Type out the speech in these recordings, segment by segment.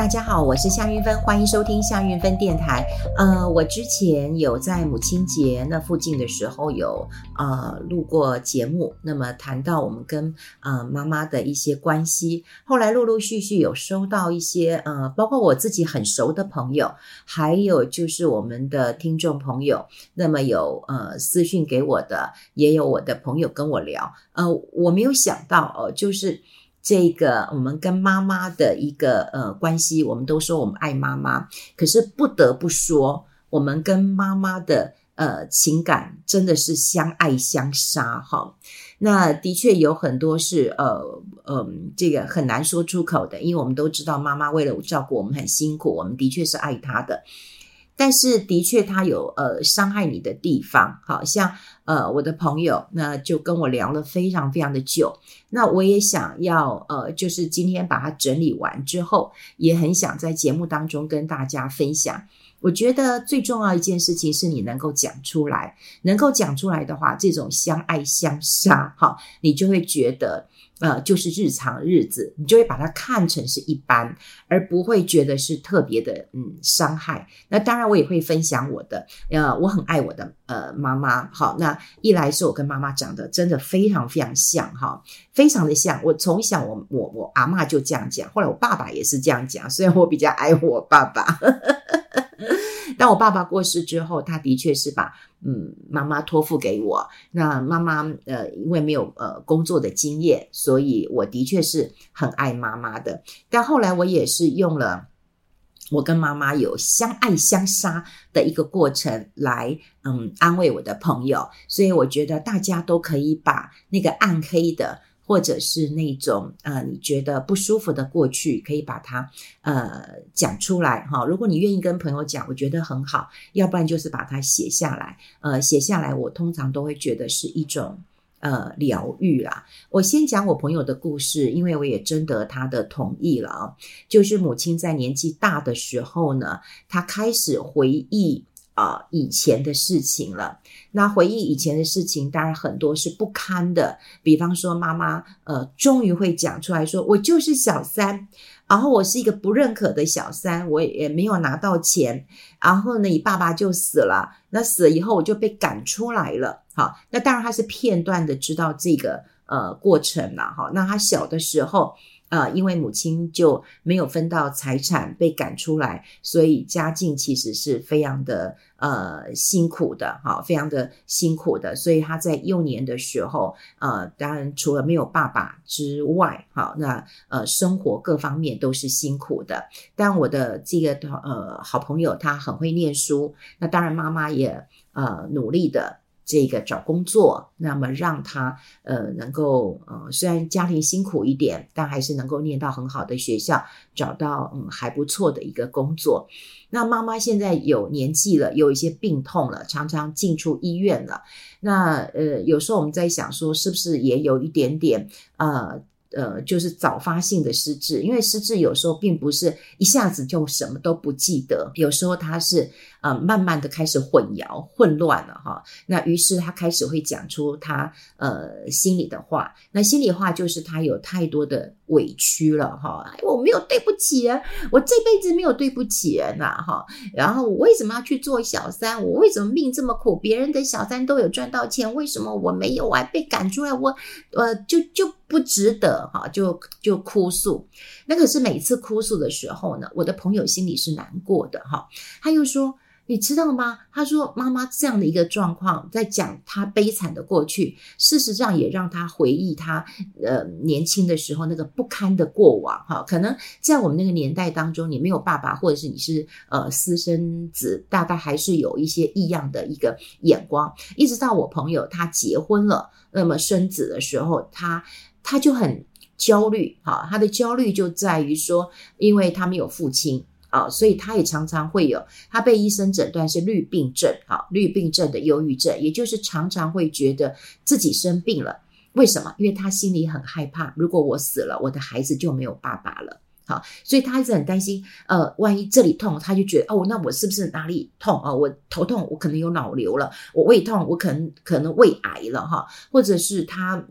大家好，我是夏运芬，欢迎收听夏运芬电台。我之前有在母亲节那附近的时候有录过节目，那么谈到我们跟妈妈的一些关系，后来陆陆续续有收到一些包括我自己很熟的朋友，还有就是我们的听众朋友，那么有私讯给我的，也有我的朋友跟我聊，我没有想到就是这个我们跟妈妈的一个关系，我们都说我们爱妈妈，可是不得不说我们跟妈妈的情感真的是相爱相杀哈。那的确有很多是这个很难说出口的，因为我们都知道妈妈为了照顾我们很辛苦，我们的确是爱她的，但是的确他有伤害你的地方，好像我的朋友那就跟我聊了非常非常的久，那我也想要就是今天把它整理完之后，也很想在节目当中跟大家分享。我觉得最重要一件事情是你能够讲出来，能够讲出来的话，这种相爱相杀哈，你就会觉得就是日常日子，你就会把它看成是一般，而不会觉得是特别的伤害。那当然我也会分享我的我很爱我的妈妈，好，那一来是我跟妈妈长得真的非常非常像哈，非常的像。我从小我阿嬷就这样讲，后来我爸爸也是这样讲，虽然我比较爱我爸爸当我爸爸过世之后，他的确是把妈妈托付给我。那妈妈因为没有工作的经验，所以我的确是很爱妈妈的。但后来我也是用了我跟妈妈有相爱相杀的一个过程来安慰我的朋友，所以我觉得大家都可以把那个暗黑的或者是那种你觉得不舒服的过去可以把它讲出来哈。如果你愿意跟朋友讲，我觉得很好，要不然就是把它写下来。写下来我通常都会觉得是一种疗愈啦。我先讲我朋友的故事，因为我也征得他的同意了啊。就是母亲在年纪大的时候呢，她开始回忆以前的事情了。那回忆以前的事情当然很多是不堪的，比方说妈妈终于会讲出来说，我就是小三，然后我是一个不认可的小三，我也没有拿到钱，然后呢你爸爸就死了，那死了以后我就被赶出来了。好，那当然他是片段的知道这个过程啦。好，那他小的时候因为母亲就没有分到财产被赶出来，所以家境其实是非常的辛苦的，好，非常的辛苦的。所以他在幼年的时候当然除了没有爸爸之外，好，那生活各方面都是辛苦的。但我的这个好朋友他很会念书，那当然妈妈也努力的这个找工作，那么让他能够虽然家庭辛苦一点，但还是能够念到很好的学校，找到还不错的一个工作。那妈妈现在有年纪了，有一些病痛了，常常进出医院了。那有时候我们在想说，是不是也有一点点就是早发性的失智，因为失智有时候并不是一下子就什么都不记得，有时候他是慢慢的开始混淆混乱了哈。那于是他开始会讲出他心里的话，那心里话就是他有太多的委屈了哈，我没有对不起人，我这辈子没有对不起人啊哈，然后我为什么要去做小三，我为什么命这么苦，别人的小三都有赚到钱，为什么我没有，我还被赶出来，我就不值得哈，就哭诉。那可是每次哭诉的时候呢，我的朋友心里是难过的哈。他又说，你知道吗？他说妈妈这样的一个状况，在讲他悲惨的过去，事实上也让他回忆他年轻的时候那个不堪的过往哈。可能在我们那个年代当中，你没有爸爸，或者是你是私生子，大概还是有一些异样的一个眼光。一直到我朋友他结婚了，那么生子的时候，他就很焦虑哈。他的焦虑就在于说，因为他没有父亲所以他也常常会有，他被医生诊断是虑病症，虑病症的忧郁症，也就是常常会觉得自己生病了。为什么？因为他心里很害怕，如果我死了，我的孩子就没有爸爸了。好，所以他一直很担心万一这里痛，他就觉得那我是不是哪里痛我头痛，我可能有脑瘤了，我胃痛，我可能胃癌了哈，或者是他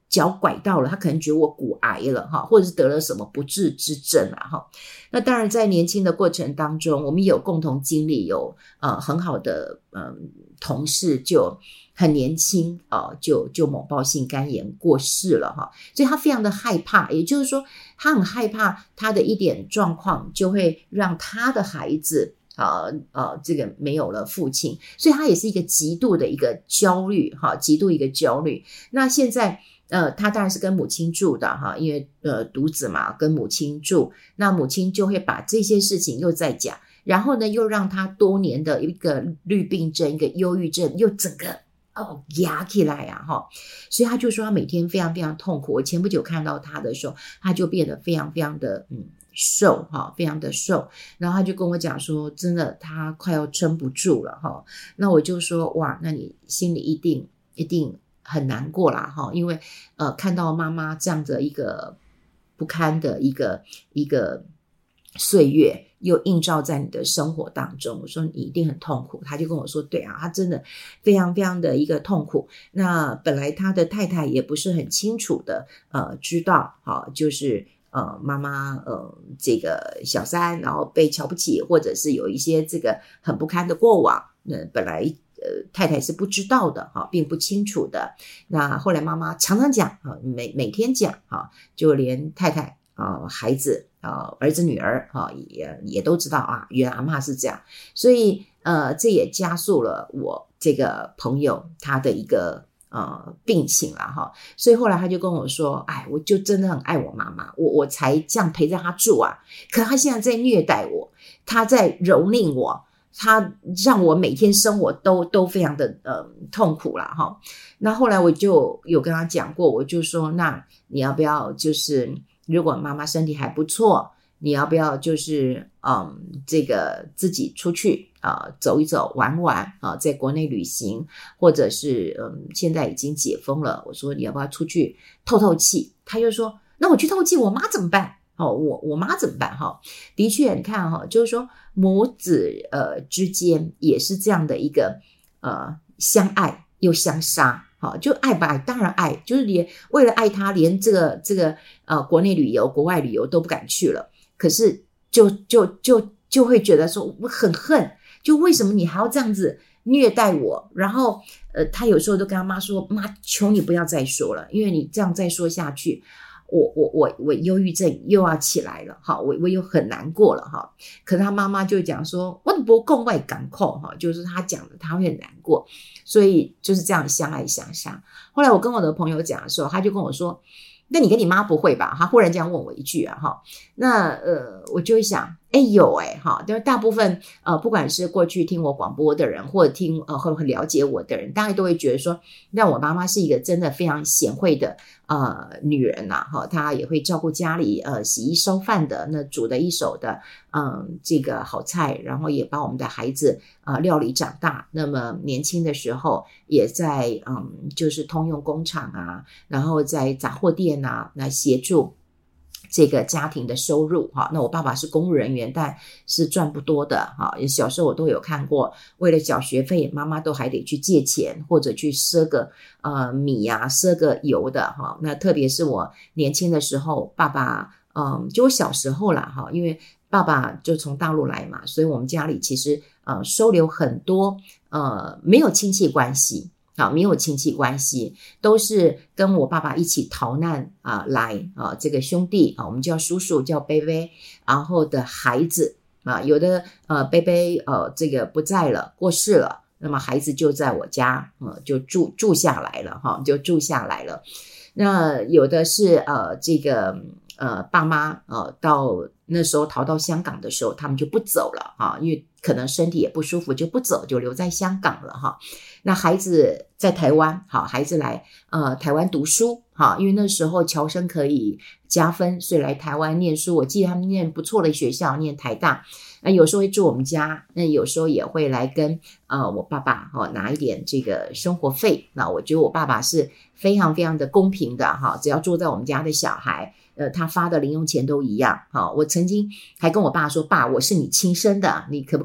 脚拐到了，他可能觉得我骨癌了哈，或者是得了什么不治之症啊哈。那当然在年轻的过程当中，我们也有共同经历，有很好的同事就很年轻就猛暴性肝炎过世了哈，所以他非常的害怕，也就是说他很害怕他的一点状况就会让他的孩子这个没有了父亲，所以他也是一个极度的一个焦虑哈，极度一个焦虑。那现在他当然是跟母亲住的哈，因为独子嘛，跟母亲住，那母亲就会把这些事情又再讲，然后呢又让他多年的一个虑病症，一个忧郁症又整个压起来啊哈，所以他就说他每天非常非常痛苦。我前不久看到他的时候，他就变得非常非常的瘦哈，非常的瘦，然后他就跟我讲说，真的他快要撑不住了哈。那我就说哇，那你心里一定很难过啦哈，因为看到妈妈这样的一个不堪的一个岁月又映照在你的生活当中，我说你一定很痛苦。他就跟我说对啊，他真的非常非常的一个痛苦。那本来他的太太也不是很清楚的知道就是妈妈这个小三然后被瞧不起，或者是有一些这个很不堪的过往，本来太太是不知道的并不清楚的。那后来妈妈常常讲每天讲就连太太孩子儿子女儿也都知道啊，原来阿嬷是这样。所以这也加速了我这个朋友他的一个病情啦哈。所以后来他就跟我说，哎，我就真的很爱我妈妈，我才这样陪着她住啊，可他现在在虐待我，他在蹂躏我，他让我每天生活都非常的痛苦啦哈。那后来我就有跟他讲过，我就说那你要不要就是如果妈妈身体还不错，你要不要就是这个自己出去走一走玩玩在国内旅行，或者是现在已经解封了，我说你要不要出去透透气。他就说那我去透气我妈怎么办我妈怎么办的确你看就是说母子之间也是这样的一个相爱又相杀就爱不爱当然爱，就是为了爱他连这个国内旅游国外旅游都不敢去了，可是就会觉得说我很恨，就为什么你还要这样子虐待我。然后他有时候都跟他妈说，妈求你不要再说了，因为你这样再说下去我忧郁症又要起来了我又很难过了可是他妈妈就讲说我不讲我会感控就是他讲的他会很难过，所以就是这样相爱相杀。后来我跟我的朋友讲的时候，他就跟我说那你跟你妈不会吧？他忽然这样问我一句那我就会想有就是大部分不管是过去听我广播的人，或者听或了解我的人，大概都会觉得说那我妈妈是一个真的非常贤惠的女人她也会照顾家里洗衣烧饭的，那煮的一手的这个好菜，然后也把我们的孩子料理长大。那么年轻的时候也在就是通用工厂然后在杂货店来协助这个家庭的收入那我爸爸是公务人员，但是赚不多的小时候我都有看过，为了缴学费妈妈都还得去借钱，或者去赊个米赊个油的那特别是我年轻的时候，爸爸就我小时候啦因为爸爸就从大陆来嘛，所以我们家里其实收留很多没有亲戚关系没有亲戚关系，都是跟我爸爸一起逃难来这个兄弟我们叫叔叔叫贝贝，然后的孩子有的贝贝这个不在了过世了，那么孩子就在我家就住下来了就住下来了。那有的是这个爸妈到那时候逃到香港的时候，他们就不走了因为可能身体也不舒服就不走，就留在香港了那孩子在台湾孩子来台湾读书因为那时候侨生可以加分，所以来台湾念书。我记得他们念不错的学校，念台大，那有时候会住我们家，那有时候也会来跟我爸爸拿一点这个生活费。那我觉得我爸爸是非常非常的公平的只要住在我们家的小孩他发的零用钱都一样我曾经还跟我爸说，爸我是你亲生的，你可不可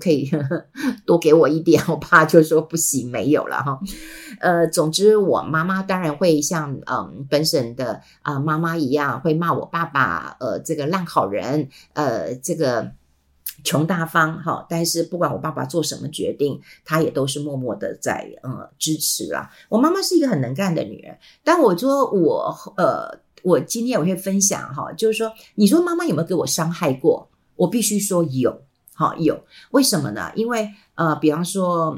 可以多给我一点，我爸就说不行，没有了哈。总之我妈妈当然会像本省的妈妈一样，会骂我爸爸这个烂好人，这个穷大方哈，但是不管我爸爸做什么决定，他也都是默默的在支持啦。我妈妈是一个很能干的女人，但我说我今天我会分享哈，就是说你说妈妈有没有给我伤害过？我必须说有，好有，为什么呢？因为比方说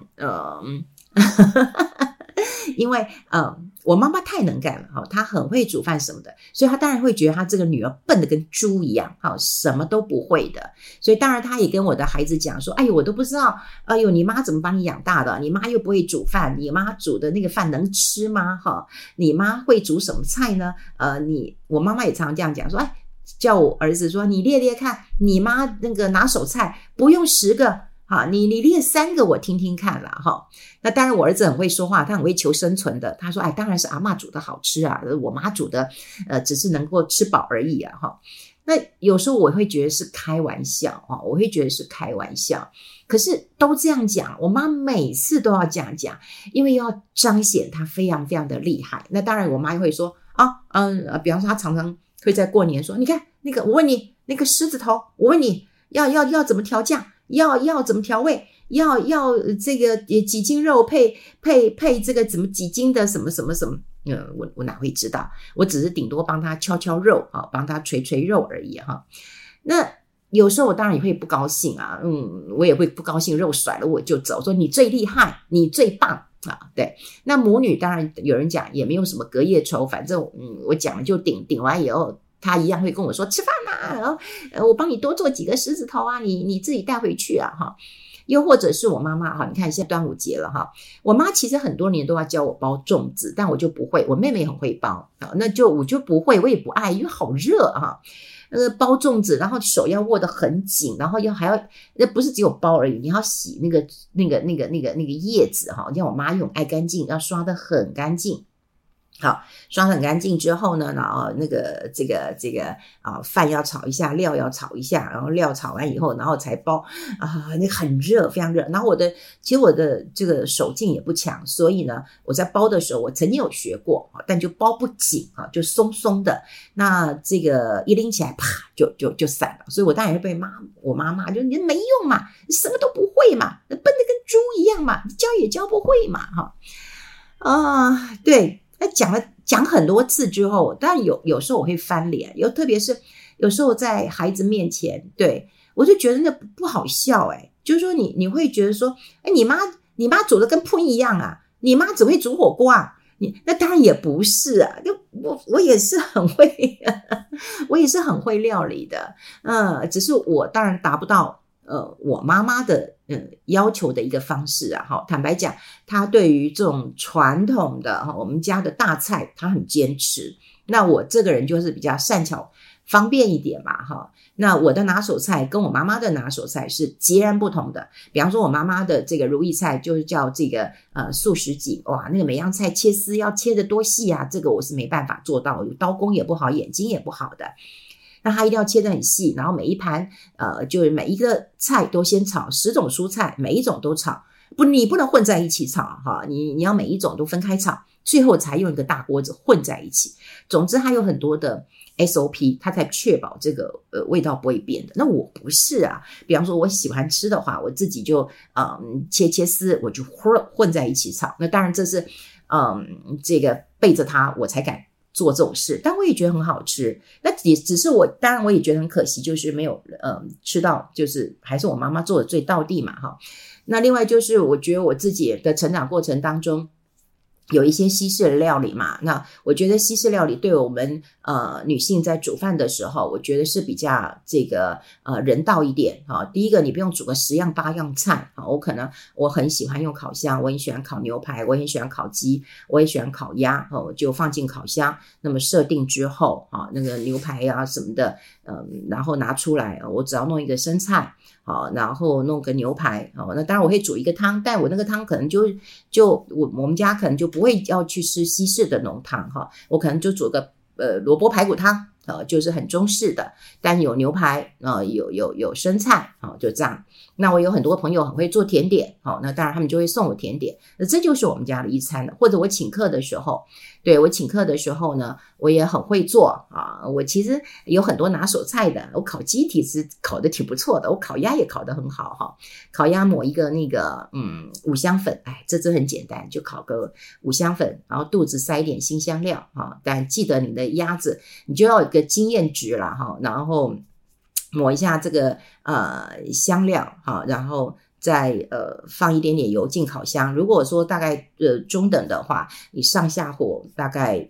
因为我妈妈太能干了，她很会煮饭什么的，所以她当然会觉得她这个女儿笨得跟猪一样，什么都不会的。所以当然她也跟我的孩子讲说，哎呦我都不知道，哎呦你妈怎么把你养大的，你妈又不会煮饭，你妈煮的那个饭能吃吗？你妈会煮什么菜呢？我妈妈也常常这样讲说，哎，叫我儿子说你列列看，你妈那个拿手菜不用10个，你列3个我听听看啦哈。那当然我儿子很会说话，他很会求生存的，他说当然是阿嬷煮的好吃啊，我妈煮的只是能够吃饱而已啊哈。那有时候我会觉得是开玩笑我会觉得是开玩笑，可是都这样讲，我妈每次都要这样讲，因为要彰显她非常非常的厉害。那当然我妈会说比方说她常常会在过年说，你看那个我问你那个狮子头，我问你要怎么调酱，要怎么调味，要这个几斤肉配这个怎么几斤的什么什么什么，我哪会知道，我只是顶多帮他敲敲肉帮他捶捶肉而已哈。那有时候我当然也会不高兴我也会不高兴，肉甩了我就走，说你最厉害，你最棒对。那母女当然有人讲也没有什么隔夜仇，反正我讲了就顶完以后，他一样会跟我说吃饭啊，我帮你多做几个狮子头啊，你自己带回去啊哈。又或者是我妈妈你看现在端午节了我妈其实很多年都要教我包粽子，但我就不会，我妹妹很会包我就不会，我也不爱，因为好热包粽子，然后手要握得很紧，然后还要不是只有包而已，你要洗那个叶子像我妈用爱干净，要刷得很干净。好，刷很干净之后呢，然后这个饭要炒一下，料要炒一下，然后料炒完以后，然后才包那很热，非常热。然后其实我的这个手劲也不强，所以呢，我在包的时候，我曾经有学过，但就包不紧就松松的。那这个一拎起来，啪就散了。所以我当然会被我妈骂，就你没用嘛，你什么都不会嘛，笨得跟猪一样嘛，教也教不会嘛，对。讲很多次之后，当然有时候我会翻脸，特别是有时候在孩子面前，对我就觉得那不好笑就是说你会觉得说，你妈煮的跟喷一样啊，你妈只会煮火锅啊，那当然也不是啊，就我也是很会我也是很会料理的，只是我当然达不到我妈妈的要求的一个方式坦白讲，她对于这种传统的我们家的大菜，她很坚持。那我这个人就是比较善巧方便一点嘛那我的拿手菜跟我妈妈的拿手菜是截然不同的。比方说我妈妈的这个如意菜就是叫这个素食锦，哇，那个每样菜切丝要切得多细啊，这个我是没办法做到，刀工也不好，眼睛也不好的。那它一定要切得很细，然后每一盘就是每一个菜都先炒10种蔬菜，每一种都炒，你不能混在一起炒你要每一种都分开炒，最后才用一个大锅子混在一起。总之它有很多的 SOP， 它才确保这个味道不会变的。那我不是啊，比方说我喜欢吃的话，我自己就切丝，我就混在一起炒。那当然这是这个背着它我才敢做这种事，但我也觉得很好吃。那也只是当然我也觉得很可惜，就是没有吃到，就是还是我妈妈做的最道地嘛那另外就是我觉得我自己的成长过程当中有一些西式的料理嘛，那我觉得西式料理对我们女性在煮饭的时候，我觉得是比较这个人道一点第一个，你不用煮个10样8样菜我很喜欢用烤箱，我很喜欢烤牛排，我很喜欢烤鸡，我也喜欢烤鸭我就放进烤箱，那么设定之后那个牛排啊什么的然后拿出来，我只要弄一个生菜然后弄个牛排那当然我会煮一个汤，但我那个汤可能就我们家可能就不会要去吃西式的浓汤我可能就煮个萝卜排骨汤就是很中式的，但有牛排有生菜就这样。那我有很多朋友很会做甜点那当然他们就会送我甜点，那这就是我们家的一餐了。或者我请客的时候，对，我请客的时候呢，我也很会做我其实有很多拿手菜的，我烤鸡其实烤得挺不错的，我烤鸭也烤得很好烤鸭抹一个那个五香粉，这真很简单，就烤个五香粉，然后肚子塞一点辛香料但记得你的鸭子你就要有一个经验值啦然后抹一下这个香料然后再放一点点油进烤箱。如果说大概中等的话，你上下火大概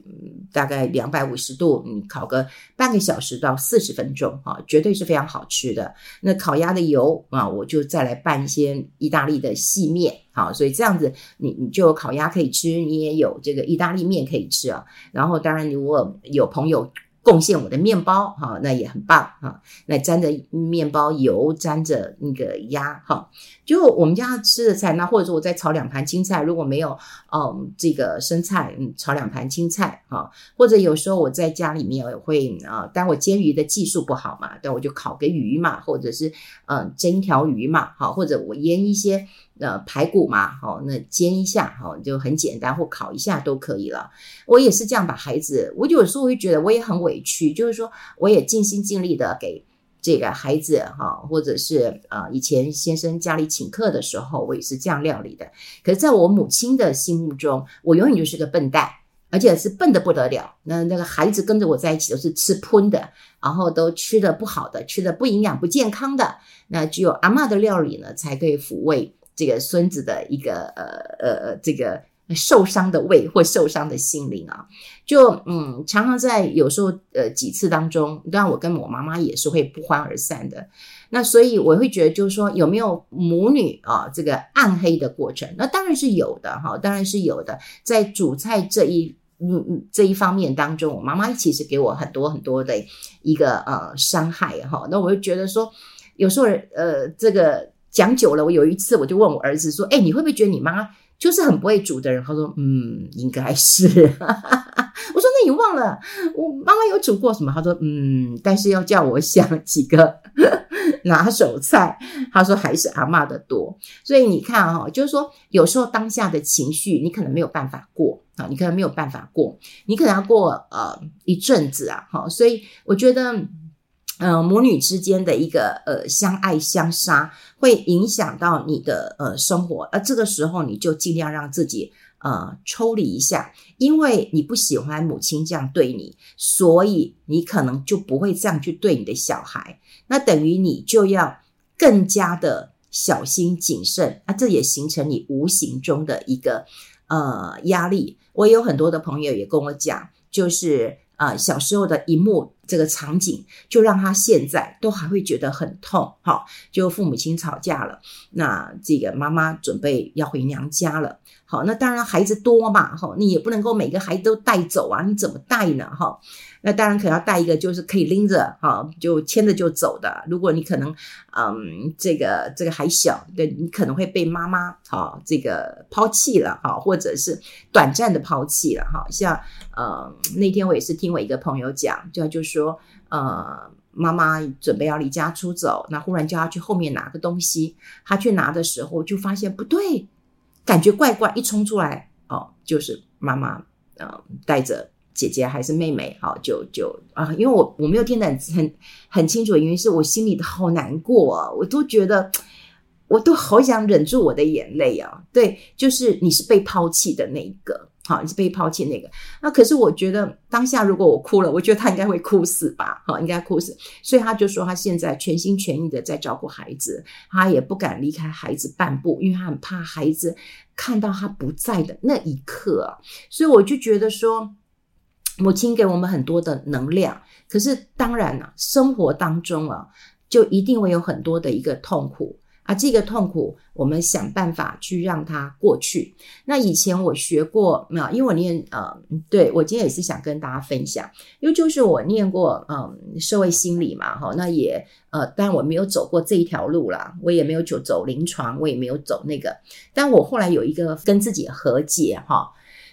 250度，你烤个半个小时到40分钟绝对是非常好吃的。那烤鸭的油我就再来拌一些意大利的细面所以这样子你就有烤鸭可以吃，你也有这个意大利面可以吃然后当然如果有朋友贡献我的面包那也很棒那沾着面包油，沾着那个鸭就我们家吃的菜，那或者说我再炒2盘青菜，如果没有这个生菜炒2盘青菜或者有时候我在家里面也会当我煎鱼的技术不好嘛，但我就烤个鱼嘛，或者是蒸一条鱼嘛或者我腌一些排骨嘛那煎一下就很简单，或烤一下都可以了。我也是这样把孩子，我有时候会觉得我也很委屈，就是说我也尽心尽力的给这个孩子或者是以前先生家里请客的时候，我也是这样料理的。可是在我母亲的心目中，我永远就是个笨蛋，而且是笨得不得了。那个孩子跟着我在一起都是吃喷的，然后都吃得不好的，吃得不营养不健康的。那只有阿嬷的料理呢，才可以抚慰这个孙子的一个这个受伤的胃或受伤的心灵就常常在有时候几次当中，当然我跟我妈妈也是会不欢而散的。那所以我会觉得就是说有没有母女这个暗黑的过程，那当然是有的当然是有的。在煮菜这一方面当中，我妈妈其实给我很多很多的一个伤害那我就觉得说有时候这个讲久了，我有一次我就问我儿子说你会不会觉得你妈就是很不会煮的人？他说应该是我说那你忘了我妈妈有煮过什么？他说但是要叫我想几个拿手菜，他说还是阿嬷的多。所以你看就是说有时候当下的情绪你可能没有办法过你可能没有办法过，你可能要过一阵子所以我觉得母女之间的一个相爱相杀会影响到你的生活，这个时候你就尽量让自己抽离一下，因为你不喜欢母亲这样对你，所以你可能就不会这样去对你的小孩，那等于你就要更加的小心谨慎这也形成你无形中的一个压力。我有很多的朋友也跟我讲，就是小时候的一幕这个场景就让他现在都还会觉得很痛就父母亲吵架了，那这个妈妈准备要回娘家了，那当然孩子多嘛你也不能够每个孩子都带走你怎么带呢那当然可能要带一个就是可以拎着就牵着就走的。如果你可能这个还小，对，你可能会被妈妈这个抛弃了或者是短暂的抛弃了像那天我也是听我一个朋友讲，就说妈妈准备要离家出走，那忽然叫他去后面拿个东西，他去拿的时候就发现不对，感觉怪怪，一冲出来就是妈妈带着姐姐还是妹妹因为我没有听得很清楚，因为是我心里好难过我都觉得我都好想忍住我的眼泪对，就是你是被抛弃的那一个你是被抛弃那个。那可是我觉得当下如果我哭了，我觉得他应该会哭死吧应该哭死。所以他就说他现在全心全意的在照顾孩子，他也不敢离开孩子半步，因为他很怕孩子看到他不在的那一刻所以我就觉得说母亲给我们很多的能量，可是当然生活当中就一定会有很多的一个痛苦这个痛苦我们想办法去让它过去。那以前我学过因为我念对，我今天也是想跟大家分享，因为就是我念过社会心理嘛那也当然我没有走过这一条路啦，我也没有走临床，我也没有走那个，但我后来有一个跟自己和解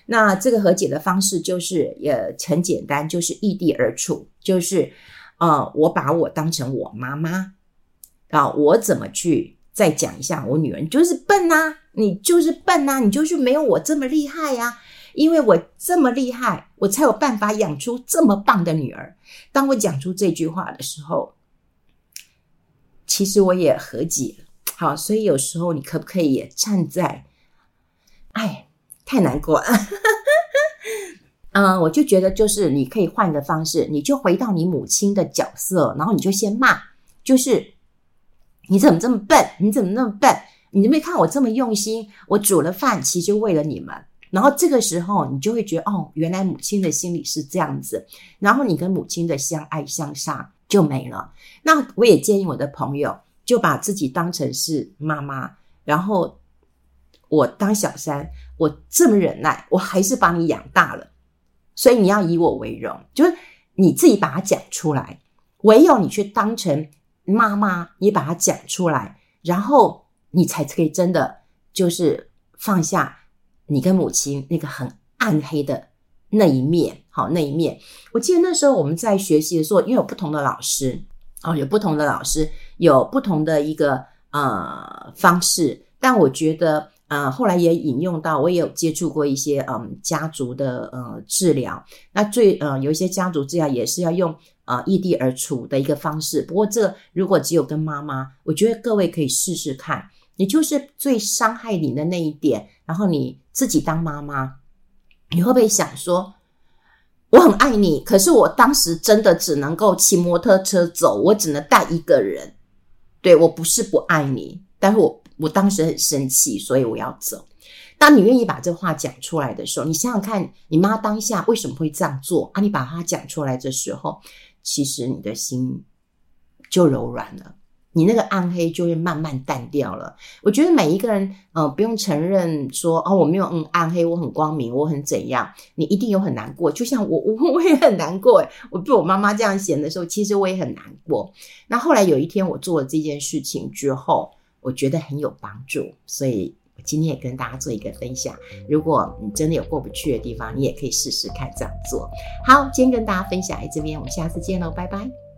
那这个和解的方式就是也很简单，就是易地而处，就是我把我当成我妈妈啊，我怎么去再讲一下我女儿，你就是笨啊，你就是笨啊，你就是没有我这么厉害啊，因为我这么厉害，我才有办法养出这么棒的女儿。当我讲出这句话的时候，其实我也和解了。好，所以有时候你可不可以也站在，太难过了我就觉得就是你可以换个方式，你就回到你母亲的角色，然后你就先骂，就是你怎么这么笨，你怎么那么笨，你没看我这么用心，我煮了饭其实就为了你们。然后这个时候你就会觉得原来母亲的心里是这样子，然后你跟母亲的相爱相杀就没了。那我也建议我的朋友就把自己当成是妈妈，然后我当小三，我这么忍耐，我还是把你养大了，所以你要以我为荣，就是你自己把它讲出来，唯有你去当成妈妈，你把它讲出来，然后你才可以真的就是放下你跟母亲那个很暗黑的那一面。好，那一面我记得那时候我们在学习的时候，因为有不同的老师有不同的老师有不同的一个方式，但我觉得后来也引用到，我也有接触过一些家族的治疗，那有一些家族治疗也是要用易地而处的一个方式。不过这如果只有跟妈妈，我觉得各位可以试试看，你就是最伤害你的那一点，然后你自己当妈妈，你会不会想说我很爱你，可是我当时真的只能够骑摩托车走，我只能带一个人，对，我不是不爱你，但是我当时很生气，所以我要走。当你愿意把这话讲出来的时候，你想想看你妈当下为什么会这样做你把它讲出来的时候，其实你的心就柔软了，你那个暗黑就会慢慢淡掉了。我觉得每一个人不用承认说我没有暗黑，我很光明，我很怎样，你一定有很难过。就像我也很难过，我被我妈妈这样嫌的时候，其实我也很难过。那后来有一天我做了这件事情之后，我觉得很有帮助，所以我今天也跟大家做一个分享。如果你真的有过不去的地方，你也可以试试看这样做。好，今天跟大家分享在这边，我们下次见咯，拜拜。